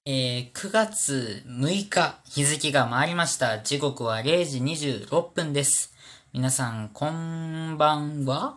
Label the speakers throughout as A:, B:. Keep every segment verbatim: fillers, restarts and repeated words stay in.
A: えー、くがつむいか、日付が回りました。時刻はれいじにじゅうろっぷんです。皆さん、こんばんは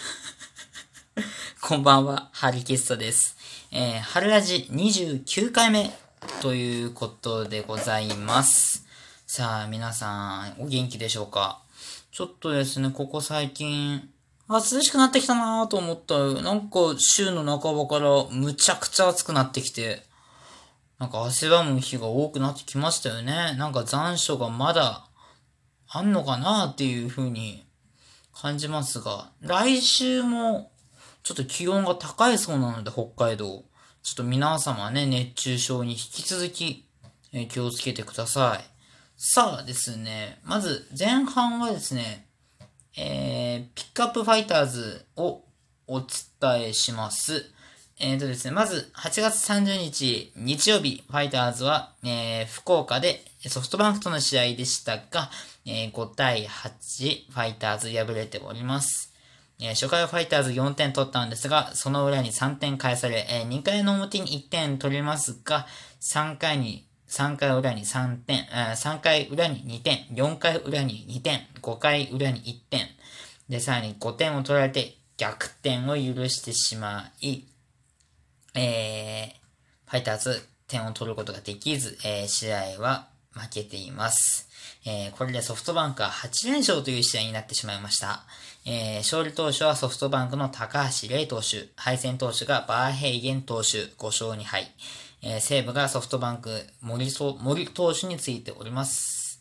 A: こんばんは、ハリキストです。えー、春ラジにじゅうきゅうかいめということでございます。さあ、皆さん、お元気でしょうか？ちょっとですね、ここ最近、あ、涼しくなってきたなぁと思ったら、なんか週の半ばからむちゃくちゃ暑くなってきて、なんか汗ばむ日が多くなってきましたよね。なんか残暑がまだあんのかなっていう風に感じますが、来週もちょっと気温が高いそうなので北海道。ちょっと皆様ね、熱中症に引き続き、えー気をつけてください。さあですね、まず前半はですね、えー、ピックアップファイターズをお伝えします。えーとですね、まず、はちがつさんじゅうにち、日曜日、ファイターズは、えー、福岡でソフトバンクとの試合でしたが、えー、ごたいはち、ファイターズ敗れております。えー、初回はファイターズよんてん取ったんですが、その裏にさんてん返され、えー、にかいの表にいってん取れますが、さんかいに、さんかい裏にさんてん、えー、さんかい裏ににてん、よんかい裏ににてん、ごかい裏にいってん、で、さらにごてんを取られて逆転を許してしまい、えー、ファイターズ点を取ることができず、えー、試合は負けています。えー、これでソフトバンクははちれんしょうという試合になってしまいました。えー、勝利投手はソフトバンクの高橋礼投手、敗戦投手がバーヘイゲン投手ごしょうにはい、えー、西武がソフトバンク森森投手についております。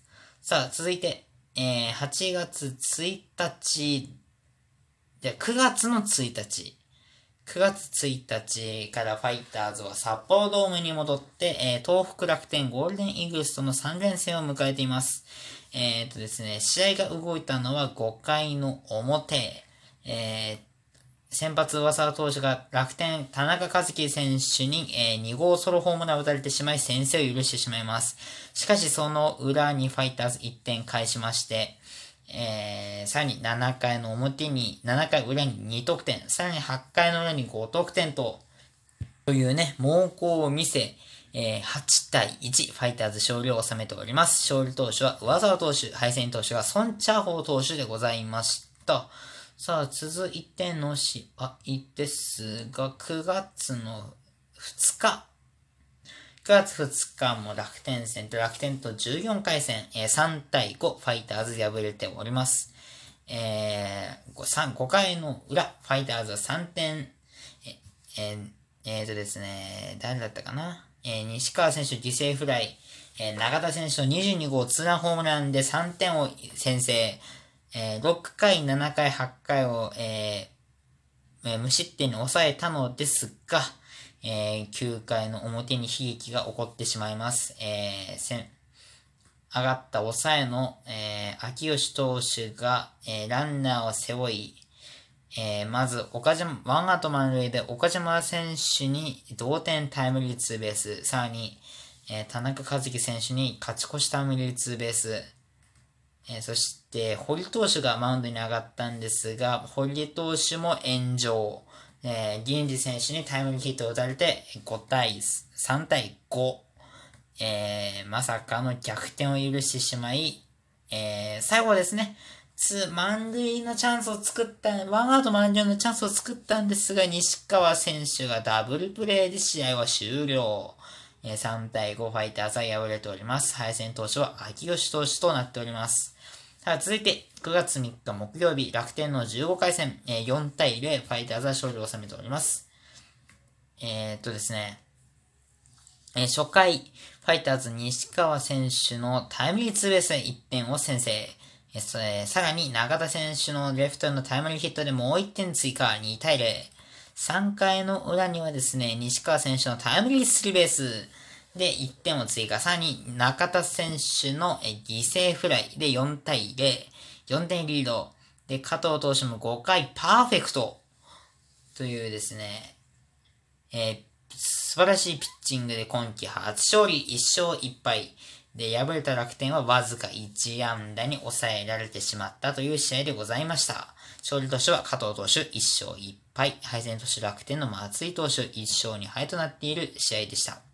A: さあ、続いて、えー、はちがつついたち、じゃくがつのついたち、くがつついたちからファイターズは札幌ドームに戻って、えー、東北楽天ゴールデンイーグルスとのさんれんせんを迎えています。えー、っとですね、試合が動いたのはごかいの表、えー、先発上沢投手が楽天田中和樹選手に、えー、にごうソロホームランを打たれてしまい先制を許してしまいます。しかしその裏にファイターズいってん返しまして、えー、さらにななかいの表に、ななかい裏ににとくてん、さらにはちかいの裏にごとくてんと、というね、猛攻を見せ、えー、はちたいいち、ファイターズ勝利を収めております。勝利投手は上沢投手、敗戦投手はソン・チャーホー投手でございました。さあ、続いての試合ですが、くがつのふつか、くがつふつかも楽天戦と楽天とじゅうよんかい戦、えー、さんたいご、ファイターズ敗れております。えー、ごかいの裏、ファイターズはさんてん、えー、えー、とですね、誰だったかな、えー、西川選手犠牲フライ、えー、永田選手のにじゅうにごうツーランホームランでさんてんを先制、えー、ろっかい、ななかい、はちかいを、えー、無失点に抑えたのですが、えー、きゅうかいの表に悲劇が起こってしまいます。えー、せ上がった抑えの、えー、秋吉投手が、えー、ランナーを背負い、えー、まず、岡島、ワンアウト満塁で岡島選手に同点タイムリーツーベース、さらに、えー、田中和樹選手に勝ち越しタイムリーツーベース、えー、そして、堀投手がマウンドに上がったんですが、堀投手も炎上、えー、銀次選手にタイムリーヒットを打たれて、ごたいさんたいご、えー、まさかの逆転を許してしまい、えー、最後ですね、満塁のチャンスを作った、ワンアウト満塁のチャンスを作ったんですが、西川選手がダブルプレーで試合は終了。えー、さんたいごファイターズは敗れております。敗戦投手は秋吉投手となっております。さあ続いて、くがつみっか木曜日、楽天のじゅうごかい戦、えー、よんたいゼロ、ファイターズは勝利を収めております。えー、っとですね、えー、初回、ファイターズ西川選手のタイムリーツーベースでいってんを先制。えー、さらに中田選手のレフトへのタイムリーヒットでもういってん追加、にたいゼロ。さんかいの裏にはですね、西川選手のタイムリースリーベースでいってんを追加。さらに中田選手の犠牲フライでよんたいゼロ。よんてんリード。で、加藤投手もごかいパーフェクト。というですね、えー素晴らしいピッチングで今季初勝利いっしょういっぱいで、敗れた楽天はわずかいちあんだに抑えられてしまったという試合でございました。勝利投手は加藤投手いっしょういっぱい、敗戦投手楽天の松井投手いっしょうにはいとなっている試合でした。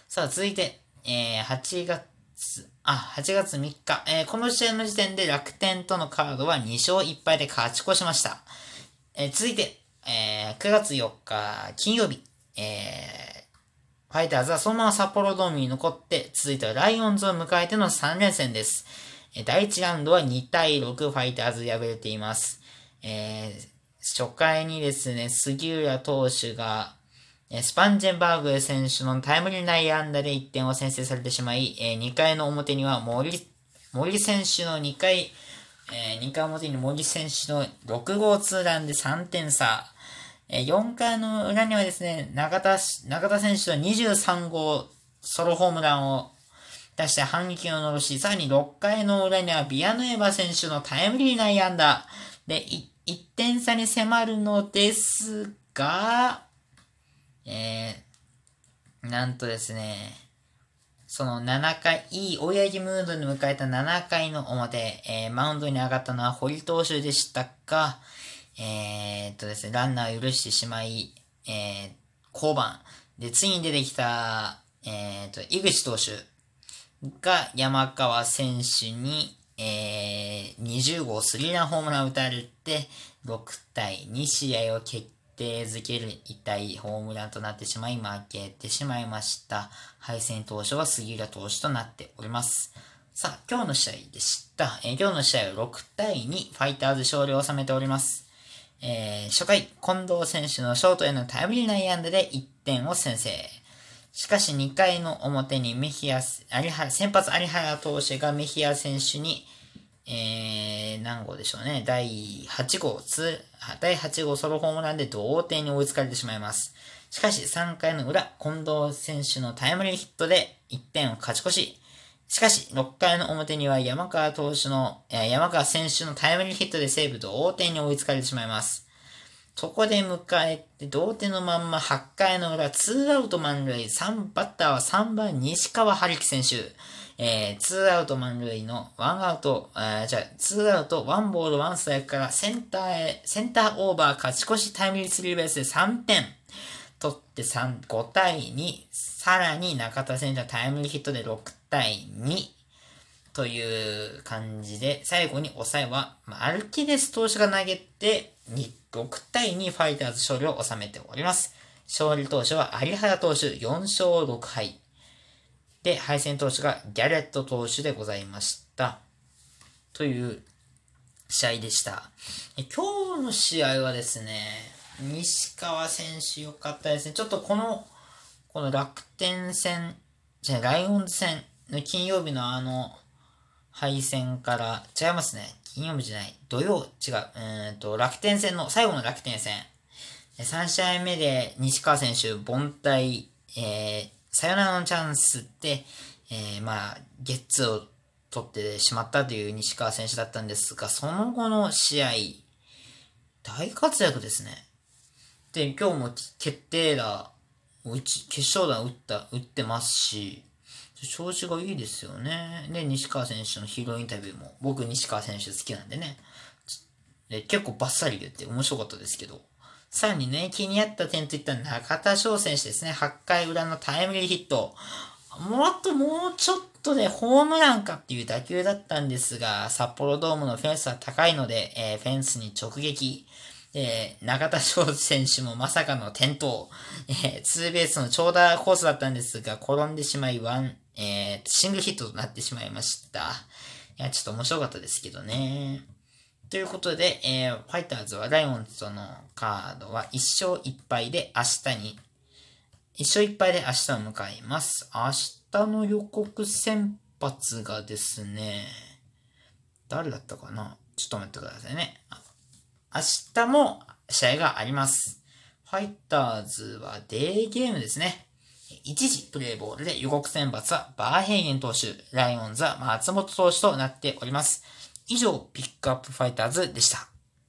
A: さあ、続いて、えー、はちがつ、あ、はちがつみっか、えー、この試合の時点で楽天とのカードはにしょういっぱいで勝ち越しました。えー、続いて、えー、くがつよっか金曜日、えー、ファイターズはそのまま札幌ドームに残って、続いてはライオンズを迎えてのさんれんせんです。えー、だいいちラウンドはにたいろくファイターズ敗れています。えー、初回にですね、杉浦投手が、スパンジェンバーグ選手のタイムリー内野安打でいってんを先制されてしまい、にかいの表には森、森選手のにかい、えー、にかい表に森選手のろくごうツーランでさんてんさ。よんかいの裏にはですね、中田、中田選手のにじゅうさんごうソロホームランを出して反撃をのろし、さらにろっかいの裏にはビアヌエバ選手のタイムリー内野安打でいってんさに迫るのですが、えー、なんとですね、そのななかい、いい追い上げムードに迎えたななかいの表、えー、マウンドに上がったのは堀投手でしたが、えー、っとですね、ランナーを許してしまい、えー、降板。で、次に出てきた、えー、っと、井口投手が山川選手に、えー、にじゅうごうスリーランホームランを打たれて、ろくたいに試合を決定づける痛いホームランとなってしまい負けてしまいました。敗戦投手は杉浦投手となっております。さあ、今日の試合でした。えー、今日の試合はろくたいにファイターズ勝利を収めております。えー、初回、近藤選手のショートへのタイムリー内野安打でいってんを先制。しかしにかいの表にメヒア、有原、先発有原投手がメヒア選手に、えー、何号でしょうね。だいはちごう、だいはちごうソロホームランで同点に追いつかれてしまいます。しかしさんかいの裏、近藤選手のタイムリーヒットでいってんを勝ち越し、しかしろっかいの表には山川投手の、えー、山川選手のタイムリーヒットで西武同点に追いつかれてしまいます。そこで迎えて、同点のまんまはちかいの裏、ツーアウト満塁、さんバッターはさんばん西川春樹選手。えー、ツーアウト満塁のワンアウト、えー、じゃあ、ツーアウト、ワンボール、ワンストライクからセンターへ、センターオーバー勝ち越しタイムリースリーベースでさんてん。取ってさん、ごたいに、さらに中田選手のタイムリーヒットでろくたいに。という感じで、最後に抑えは、マルキネス投手が投げて、ろくたいにファイターズ勝利を収めております。勝利投手は有原投手よんしょうろくはい。で、敗戦投手がギャレット投手でございました。という試合でした。今日の試合はですね、西川選手良かったですね。ちょっとこの、この楽天戦、じゃあライオンズ戦の金曜日のあの、敗戦から違いますね。金曜日じゃない。土曜、違う。うんと、楽天戦の、最後の楽天戦。さん試合目で西川選手、凡退、えー、サヨナラのチャンスで、えー、まあ、ゲッツを取ってしまったという西川選手だったんですが、その後の試合、大活躍ですね。で、今日も決定打、決勝打打った、打ってますし、調子がいいですよね。で、西川選手のヒーローインタビューも、僕西川選手好きなんでね。で結構バッサリ言って面白かったですけど。さらにね、気になった点といったら中田翔選手ですね。はちかい裏のタイムリーヒット。もっともうちょっとでホームランかっていう打球だったんですが、札幌ドームのフェンスは高いので、えー、フェンスに直撃。えー、中田翔選手もまさかの転倒。えー、ツーベースの長打コースだったんですが、転んでしまい、ワン、えー、シングルヒットとなってしまいました。いや、ちょっと面白かったですけどね。ということで、えー、ファイターズはライオンズとのカードはいっしょういっぱいで明日に、いっしょういっぱいで明日を迎えます。明日の予告先発がですね、誰だったかな？ちょっと待ってくださいね。明日も試合があります。ファイターズはデーゲームですね。いちじプレイボールで予告選抜はバーヘイゲン投手、ライオンズは松本投手となっております。以上、ピックアップファイターズでした。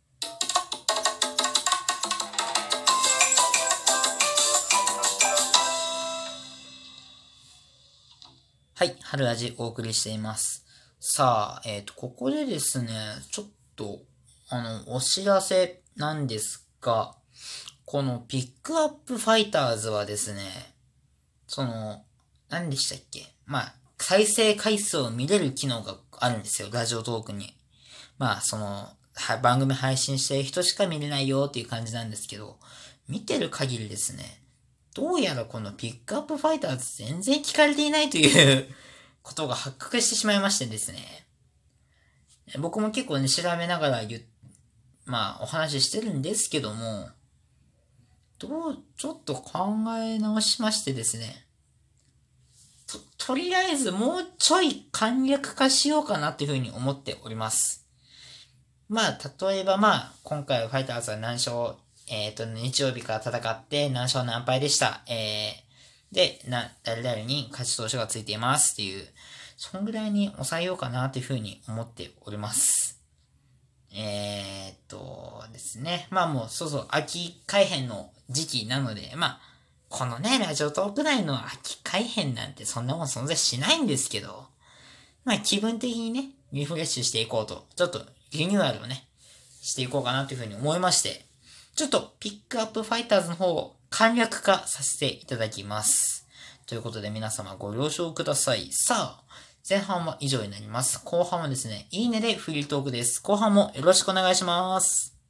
A: はい、春ラジお送りしています。さあ、えっと、ここでですね、ちょっと、あの、お知らせなんですが、このピックアップファイターズはですね、その、 何でしたっけ？まあ、再生回数を見れる機能があるんですよ、ラジオトークに。まあ、その、番組配信してる人しか見れないよっていう感じなんですけど、見てる限りですね、どうやらこのピックアップファイターズ全然聞かれていないということが発覚してしまいましてですね。僕も結構ね、調べながら言っ、まあ、お話ししてるんですけども、どう、ちょっと考え直しましてですね。と、とりあえずもうちょい簡略化しようかなっていうふうに思っております。まあ、例えばまあ、今回ファイターズは何勝、えっ、ー、と、日曜日から戦って何勝何敗でした。えー、で、な、誰々に勝ち投手がついていますっていう、そんぐらいに抑えようかなというふうに思っております。えーっとですね。まあもう、そうそう、秋改編の時期なので、まあ、このね、ラジオトーク内の秋改編なんてそんなもん存在しないんですけど、まあ気分的にね、リフレッシュしていこうと、ちょっとリニューアルをね、していこうかなというふうに思いまして、ちょっとピックアップファイターズの方を簡略化させていただきます。ということで皆様ご了承ください。さあ、前半は以上になります。後半はですね、いいねでフリートークです。後半もよろしくお願いします。